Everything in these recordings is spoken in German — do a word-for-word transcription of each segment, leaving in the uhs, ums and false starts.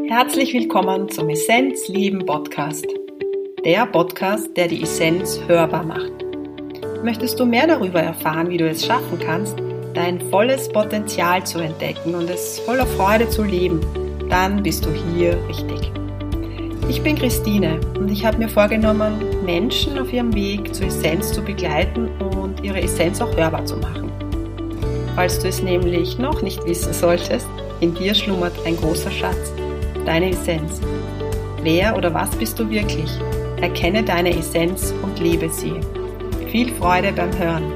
Herzlich willkommen zum Essenz Leben Podcast. Der Podcast, der die Essenz hörbar macht. Möchtest du mehr darüber erfahren, wie du es schaffen kannst, dein volles Potenzial zu entdecken und es voller Freude zu leben, dann bist du hier richtig. Ich bin Christine und ich habe mir vorgenommen, Menschen auf ihrem Weg zur Essenz zu begleiten und ihre Essenz auch hörbar zu machen. Falls du es nämlich noch nicht wissen solltest, in dir schlummert ein großer Schatz, deine Essenz. Wer oder was bist du wirklich? Erkenne deine Essenz und lebe sie. Viel Freude beim Hören.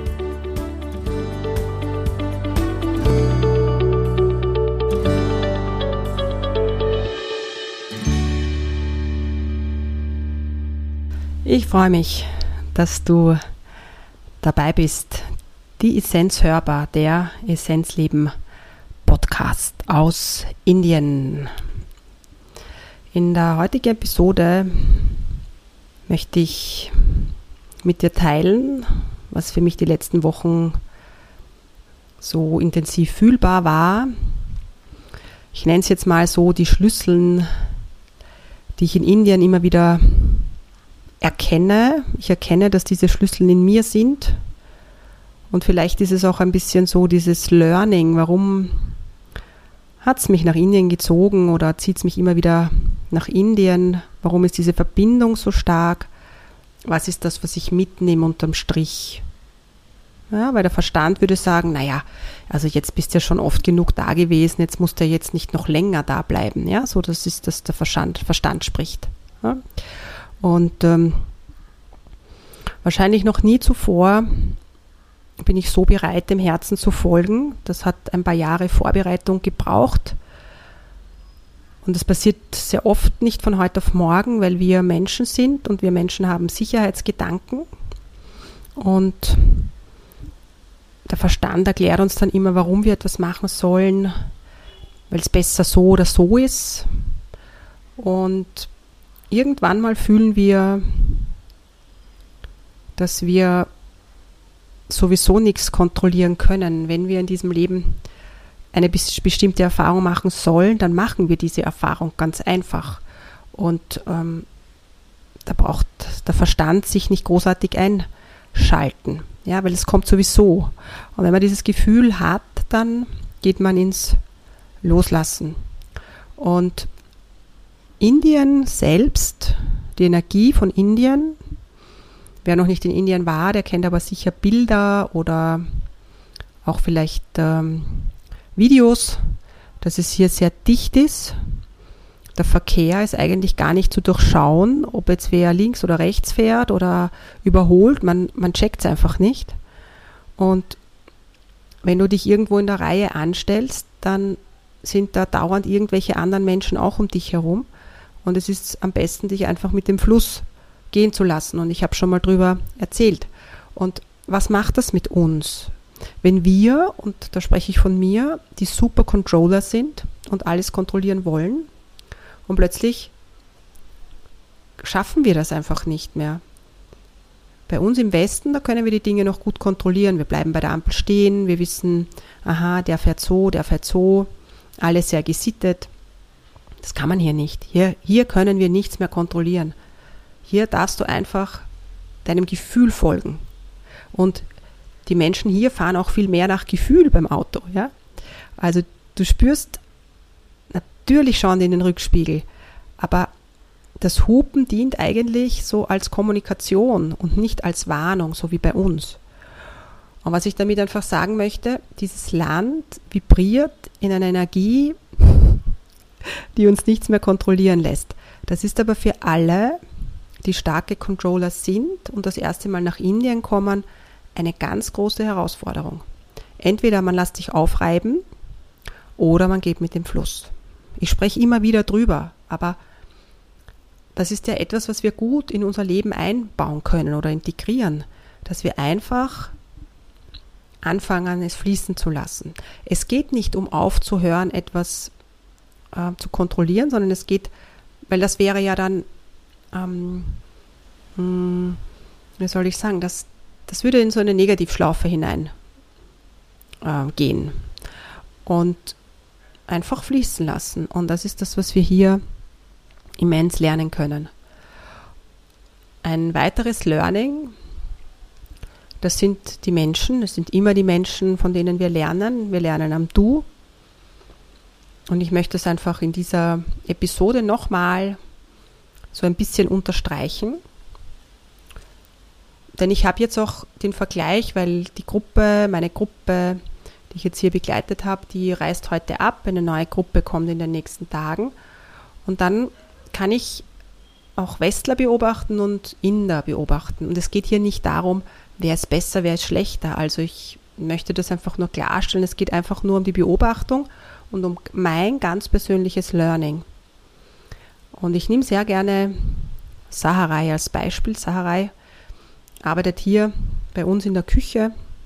Ich freue mich, dass du dabei bist. Die Essenz hörbar, der Essenzleben Podcast aus Indien. In der heutigen Episode möchte ich mit dir teilen, was für mich die letzten Wochen so intensiv fühlbar war. Ich nenne es jetzt mal so die Schlüsseln, die ich in Indien immer wieder erkenne. Ich erkenne, dass diese Schlüssel in mir sind. Und vielleicht ist es auch ein bisschen so dieses Learning. Warum hat es mich nach Indien gezogen oder zieht es mich immer wieder nach Indien? Warum ist diese Verbindung so stark? Was ist das, was ich mitnehme unterm Strich? Ja, weil der Verstand würde sagen, naja, also jetzt bist du ja schon oft genug da gewesen, jetzt musst du ja jetzt nicht noch länger da bleiben. Ja, so das ist, dass der Verstand, Verstand spricht. Ja? Und ähm, wahrscheinlich noch nie zuvor bin ich so bereit, dem Herzen zu folgen. Das hat ein paar Jahre Vorbereitung gebraucht. Und das passiert sehr oft nicht von heute auf morgen, weil wir Menschen sind und wir Menschen haben Sicherheitsgedanken. Und der Verstand erklärt uns dann immer, warum wir etwas machen sollen, weil es besser so oder so ist. Und irgendwann mal fühlen wir, dass wir sowieso nichts kontrollieren können. Wenn wir in diesem Leben eine bestimmte Erfahrung machen sollen, dann machen wir diese Erfahrung ganz einfach. Und ähm, da braucht der Verstand sich nicht großartig einschalten, ja, weil es kommt sowieso. Und wenn man dieses Gefühl hat, dann geht man ins Loslassen. Und Indien selbst, die Energie von Indien, wer noch nicht in Indien war, der kennt aber sicher Bilder oder auch vielleicht ähm, Videos, dass es hier sehr dicht ist. Der Verkehr ist eigentlich gar nicht zu durchschauen, ob jetzt wer links oder rechts fährt oder überholt. Man, man checkt es einfach nicht. Und wenn du dich irgendwo in der Reihe anstellst, dann sind da dauernd irgendwelche anderen Menschen auch um dich herum. Und es ist am besten, dich einfach mit dem Fluss gehen zu lassen. Und ich habe schon mal drüber erzählt. Und was macht das mit uns? Wenn wir, und da spreche ich von mir, die Super-Controller sind und alles kontrollieren wollen und plötzlich schaffen wir das einfach nicht mehr. Bei uns im Westen, da können wir die Dinge noch gut kontrollieren. Wir bleiben bei der Ampel stehen, wir wissen, aha, der fährt so, der fährt so, alles sehr gesittet. Das kann man hier nicht. Hier, hier können wir nichts mehr kontrollieren. Hier darfst du einfach deinem Gefühl folgen. Und die Menschen hier fahren auch viel mehr nach Gefühl beim Auto. Ja? Also du spürst natürlich schon in den Rückspiegel, aber das Hupen dient eigentlich so als Kommunikation und nicht als Warnung, so wie bei uns. Und was ich damit einfach sagen möchte, dieses Land vibriert in einer Energie, die uns nichts mehr kontrollieren lässt. Das ist aber für alle, die starke Controller sind und das erste Mal nach Indien kommen, eine ganz große Herausforderung. Entweder man lässt sich aufreiben oder man geht mit dem Fluss. Ich spreche immer wieder drüber, aber das ist ja etwas, was wir gut in unser Leben einbauen können oder integrieren, dass wir einfach anfangen, es fließen zu lassen. Es geht nicht um aufzuhören, etwas äh, zu kontrollieren, sondern es geht, weil das wäre ja dann Ähm, hm, wie soll ich sagen, das, das würde in so eine Negativschlaufe hinein äh, gehen. Und einfach fließen lassen. Und das ist das, was wir hier immens lernen können. Ein weiteres Learning, das sind die Menschen, das sind immer die Menschen, von denen wir lernen. Wir lernen am Du. Und ich möchte es einfach in dieser Episode nochmal so ein bisschen unterstreichen. Denn ich habe jetzt auch den Vergleich, weil die Gruppe, meine Gruppe, die ich jetzt hier begleitet habe, die reist heute ab. Eine neue Gruppe kommt in den nächsten Tagen. Und dann kann ich auch Westler beobachten und Inder beobachten. Und es geht hier nicht darum, wer ist besser, wer ist schlechter. Also ich möchte das einfach nur klarstellen. Es geht einfach nur um die Beobachtung und um mein ganz persönliches Learning. Und ich nehme sehr gerne Saharai als Beispiel. Saharai arbeitet hier bei uns in der Küche.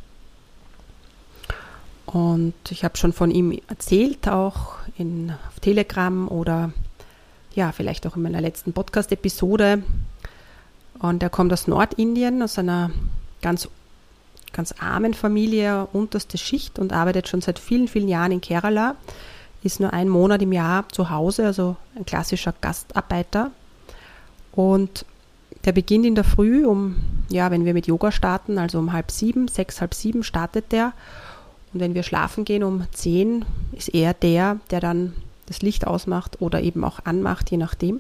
Und ich habe schon von ihm erzählt, auch in, auf Telegram oder ja, vielleicht auch in meiner letzten Podcast-Episode. Und er kommt aus Nordindien, aus einer ganz, ganz armen Familie, unterste Schicht und arbeitet schon seit vielen, vielen Jahren in Kerala. Ist nur einen Monat im Jahr zu Hause, also ein klassischer Gastarbeiter. Und der beginnt in der Früh um, ja, wenn wir mit Yoga starten, also um halb sieben, sechs, halb sieben startet der. Und wenn wir schlafen gehen um zehn, ist er der, der dann das Licht ausmacht oder eben auch anmacht, je nachdem.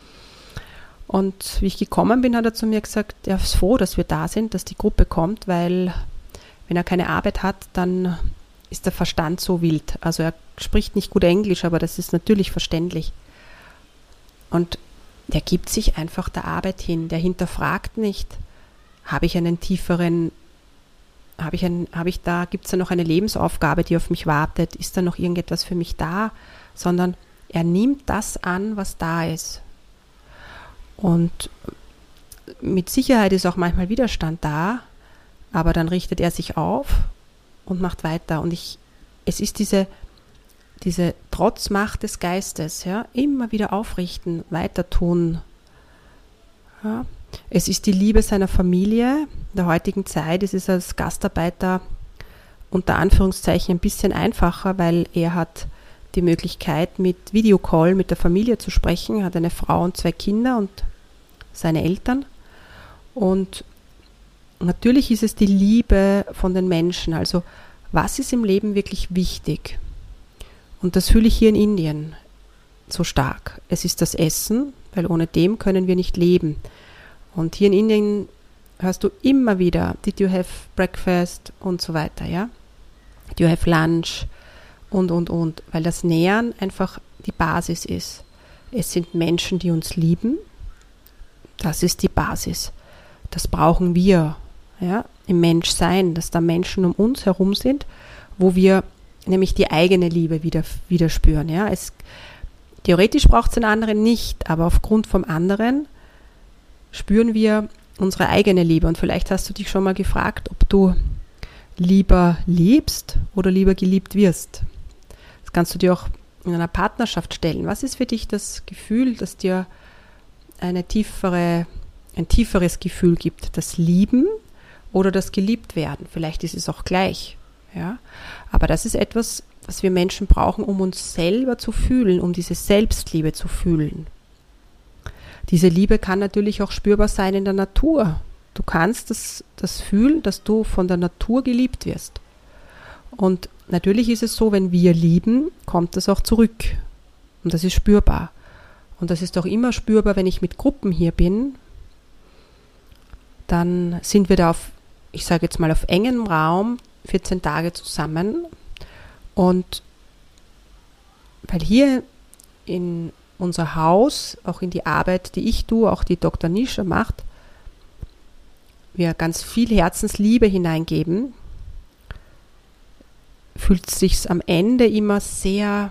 Und wie ich gekommen bin, hat er zu mir gesagt, er ist froh, dass wir da sind, dass die Gruppe kommt, weil wenn er keine Arbeit hat, dann ist der Verstand so wild. Also er spricht nicht gut Englisch, aber das ist natürlich verständlich. Und der gibt sich einfach der Arbeit hin, der hinterfragt nicht, habe ich einen tieferen, habe ich, ein, habe ich da, gibt es da noch eine Lebensaufgabe, die auf mich wartet, ist da noch irgendetwas für mich da, sondern er nimmt das an, was da ist. Und mit Sicherheit ist auch manchmal Widerstand da, aber dann richtet er sich auf und macht weiter. Und ich, es ist diese, diese Trotzmacht des Geistes, ja, immer wieder aufrichten, weiter tun. Ja. Es ist die Liebe seiner Familie. In der heutigen Zeit ist es als Gastarbeiter unter Anführungszeichen ein bisschen einfacher, weil er hat die Möglichkeit, mit Videocall mit der Familie zu sprechen, hat eine Frau und zwei Kinder und seine Eltern. Und natürlich ist es die Liebe von den Menschen. Also was ist im Leben wirklich wichtig? Und das fühle ich hier in Indien so stark. Es ist das Essen, weil ohne dem können wir nicht leben. Und hier in Indien hörst du immer wieder, did you have breakfast und so weiter, ja? Did you have lunch? Und, und, und, weil das Nähern einfach die Basis ist. Es sind Menschen, die uns lieben. Das ist die Basis. Das brauchen wir, ja, im Menschsein, dass da Menschen um uns herum sind, wo wir nämlich die eigene Liebe wieder, wieder spüren. Ja. Es, theoretisch braucht es den anderen nicht, aber aufgrund vom anderen spüren wir unsere eigene Liebe. Und vielleicht hast du dich schon mal gefragt, ob du lieber liebst oder lieber geliebt wirst. Das kannst du dir auch in einer Partnerschaft stellen. Was ist für dich das Gefühl, das dir eine tiefere, ein tieferes Gefühl gibt? Das Lieben oder das Geliebtwerden? Vielleicht ist es auch gleich. Ja? Aber das ist etwas, was wir Menschen brauchen, um uns selber zu fühlen, um diese Selbstliebe zu fühlen. Diese Liebe kann natürlich auch spürbar sein in der Natur. Du kannst das, das fühlen, dass du von der Natur geliebt wirst. Und natürlich ist es so, wenn wir lieben, kommt das auch zurück. Und das ist spürbar. Und das ist auch immer spürbar, wenn ich mit Gruppen hier bin. Dann sind wir da auf, ich sage jetzt mal auf engem Raum, vierzehn Tage zusammen. Und weil hier in unser Haus, auch in die Arbeit, die ich tue, auch die Doktor Nisha macht, wir ganz viel Herzensliebe hineingeben, fühlt es sich am Ende immer sehr,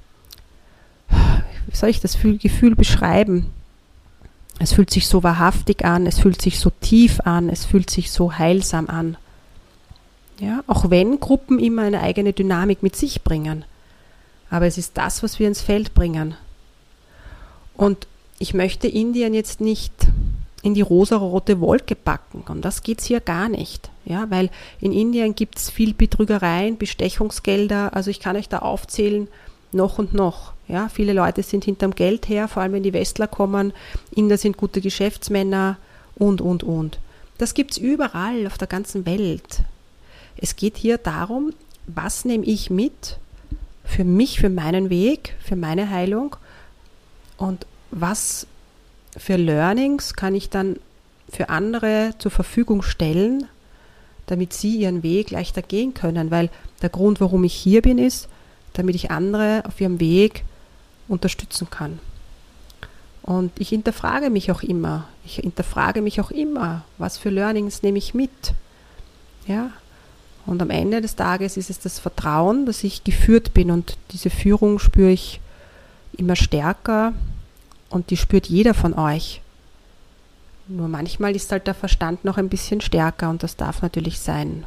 wie soll ich das Gefühl beschreiben? Es fühlt sich so wahrhaftig an, es fühlt sich so tief an, es fühlt sich so heilsam an. Ja, auch wenn Gruppen immer eine eigene Dynamik mit sich bringen. Aber es ist das, was wir ins Feld bringen. Und ich möchte Indien jetzt nicht in die rosarote Wolke packen. Und das geht es hier gar nicht. Ja, weil in Indien gibt es viel Betrügereien, Bestechungsgelder. Also ich kann euch da aufzählen, noch und noch. Ja, viele Leute sind hinterm Geld her, vor allem wenn die Westler kommen. Inder sind gute Geschäftsmänner und, und, und. Das gibt es überall auf der ganzen Welt. Es geht hier darum, was nehme ich mit für mich, für meinen Weg, für meine Heilung und was für Learnings kann ich dann für andere zur Verfügung stellen, damit sie ihren Weg leichter gehen können. Weil der Grund, warum ich hier bin, ist, damit ich andere auf ihrem Weg unterstützen kann. Und ich hinterfrage mich auch immer. Ich hinterfrage mich auch immer, was für Learnings nehme ich mit. Ja? Und am Ende des Tages ist es das Vertrauen, dass ich geführt bin. Und diese Führung spüre ich immer stärker und die spürt jeder von euch. Nur manchmal ist halt der Verstand noch ein bisschen stärker und das darf natürlich sein.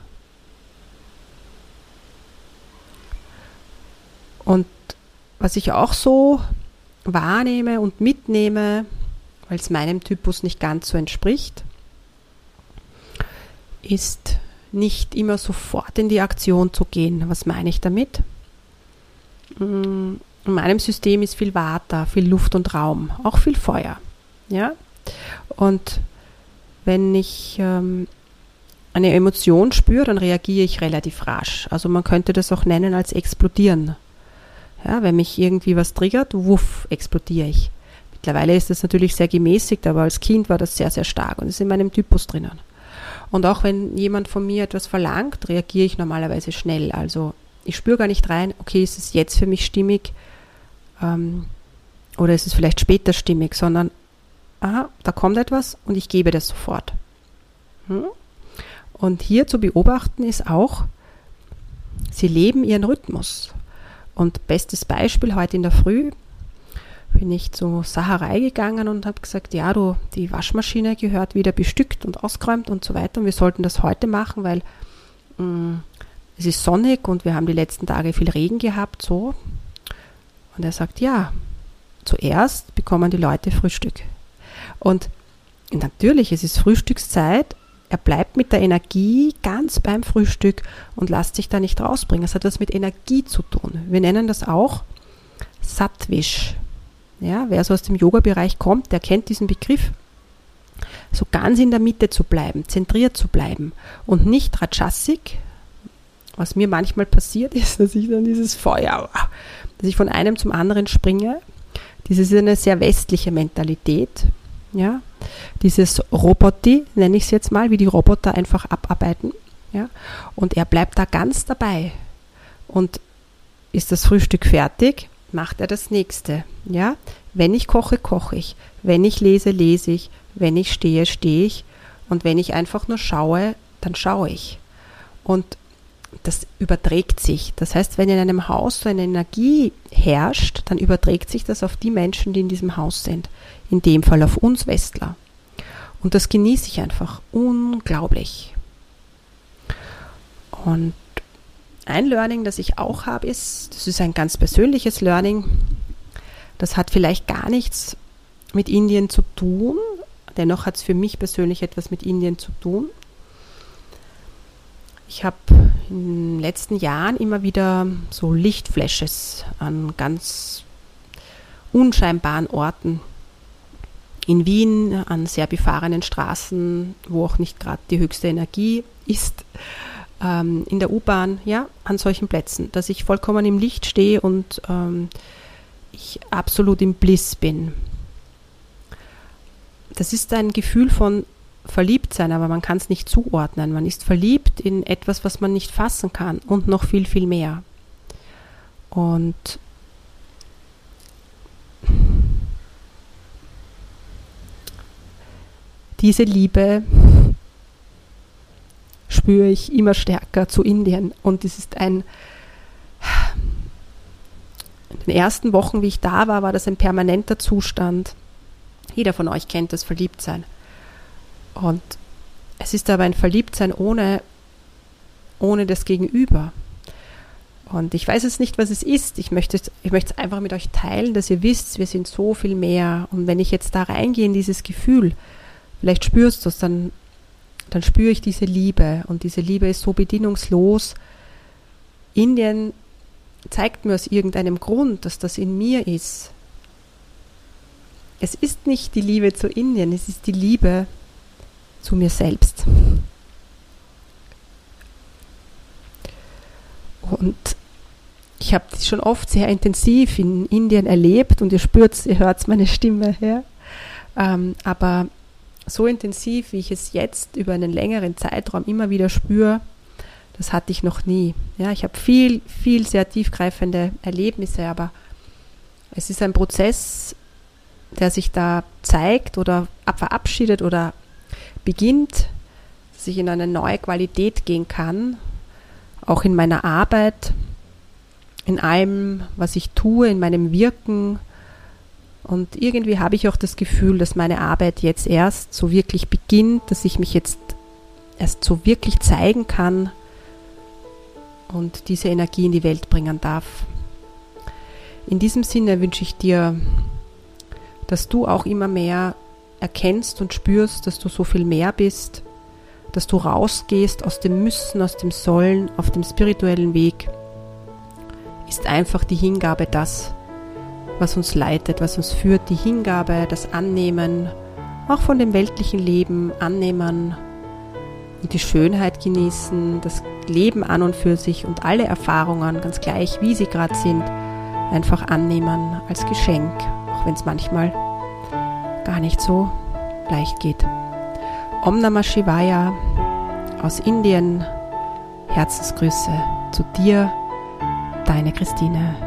Und was ich auch so wahrnehme und mitnehme, weil es meinem Typus nicht ganz so entspricht, ist nicht immer sofort in die Aktion zu gehen. Was meine ich damit? In meinem System ist viel Vata, viel Luft und Raum, auch viel Feuer. Ja? Und wenn ich ähm, eine Emotion spüre, dann reagiere ich relativ rasch. Also man könnte das auch nennen als explodieren. Ja, wenn mich irgendwie was triggert, wuff, explodiere ich. Mittlerweile ist das natürlich sehr gemäßigt, aber als Kind war das sehr, sehr stark und ist in meinem Typus drinnen. Und auch wenn jemand von mir etwas verlangt, reagiere ich normalerweise schnell. Also ich spüre gar nicht rein, okay, ist es jetzt für mich stimmig ähm, oder ist es vielleicht später stimmig, sondern aha, da kommt etwas und ich gebe das sofort. Hm? Und hier zu beobachten ist auch, sie leben ihren Rhythmus. Und bestes Beispiel, heute in der Früh bin ich zur Sacherei gegangen und habe gesagt, ja, du, die Waschmaschine gehört wieder bestückt und ausgeräumt und so weiter. Und wir sollten das heute machen, weil mh, es ist sonnig und wir haben die letzten Tage viel Regen gehabt, so. Und er sagt, ja, zuerst bekommen die Leute Frühstück. Und natürlich, es ist Frühstückszeit, er bleibt mit der Energie ganz beim Frühstück und lässt sich da nicht rausbringen. Es hat was mit Energie zu tun. Wir nennen das auch Sattvish. Ja, wer so aus dem Yoga-Bereich kommt, der kennt diesen Begriff. So ganz in der Mitte zu bleiben, zentriert zu bleiben und nicht Rajasik. Was mir manchmal passiert ist, dass ich dann dieses Feuer, dass ich von einem zum anderen springe. Das ist eine sehr westliche Mentalität. Ja, dieses Roboti, nenne ich es jetzt mal, wie die Roboter einfach abarbeiten. Ja, und er bleibt da ganz dabei. Und ist das Frühstück fertig, macht er das nächste. Ja, wenn ich koche, koche ich. Wenn ich lese, lese ich. Wenn ich stehe, stehe ich. Und wenn ich einfach nur schaue, dann schaue ich. Und das überträgt sich. Das heißt, wenn in einem Haus so eine Energie herrscht, dann überträgt sich das auf die Menschen, die in diesem Haus sind. In dem Fall auf uns Westler. Und das genieße ich einfach unglaublich. Und ein Learning, das ich auch habe, ist, das ist ein ganz persönliches Learning, das hat vielleicht gar nichts mit Indien zu tun, dennoch hat es für mich persönlich etwas mit Indien zu tun. Ich habe in den letzten Jahren immer wieder so Lichtflashes an ganz unscheinbaren Orten in Wien, an sehr befahrenen Straßen, wo auch nicht gerade die höchste Energie ist, ähm, in der U-Bahn, ja, an solchen Plätzen, dass ich vollkommen im Licht stehe und ähm, ich absolut im Bliss bin. Das ist ein Gefühl von Verliebtsein, aber man kann es nicht zuordnen. Man ist verliebt in etwas, was man nicht fassen kann und noch viel, viel mehr. Und diese Liebe spüre ich immer stärker zu Indien. Und es ist ein, in den ersten Wochen, wie ich da war, war das ein permanenter Zustand. Jeder von euch kennt das Verliebtsein. Und es ist aber ein Verliebtsein ohne, ohne das Gegenüber. Und ich weiß jetzt nicht, was es ist. Ich möchte, ich möchte es einfach mit euch teilen, dass ihr wisst, wir sind so viel mehr. Und wenn ich jetzt da reingehe in dieses Gefühl, vielleicht spürst du es, dann, dann spüre ich diese Liebe. Und diese Liebe ist so bedingungslos. Indien zeigt mir aus irgendeinem Grund, dass das in mir ist. Es ist nicht die Liebe zu Indien, es ist die Liebe zu mir selbst. Und ich habe das schon oft sehr intensiv in Indien erlebt und ihr spürt, ihr hört meine Stimme, ja? ähm, aber so intensiv, wie ich es jetzt über einen längeren Zeitraum immer wieder spüre, das hatte ich noch nie. Ja, ich habe viel, viel sehr tiefgreifende Erlebnisse, aber es ist ein Prozess, der sich da zeigt oder verabschiedet oder beginnt, dass ich in eine neue Qualität gehen kann, auch in meiner Arbeit, in allem, was ich tue, in meinem Wirken. Und irgendwie habe ich auch das Gefühl, dass meine Arbeit jetzt erst so wirklich beginnt, dass ich mich jetzt erst so wirklich zeigen kann und diese Energie in die Welt bringen darf. In diesem Sinne wünsche ich dir, dass du auch immer mehr erkennst und spürst, dass du so viel mehr bist, dass du rausgehst aus dem Müssen, aus dem Sollen, auf dem spirituellen Weg. Ist einfach die Hingabe das, was uns leitet, was uns führt, die Hingabe, das Annehmen, auch von dem weltlichen Leben annehmen und die Schönheit genießen, das Leben an und für sich und alle Erfahrungen, ganz gleich wie sie gerade sind, einfach annehmen als Geschenk, auch wenn es manchmal gar nicht so leicht geht. Om Namah Shivaya aus Indien, Herzensgrüße zu dir, deine Christine.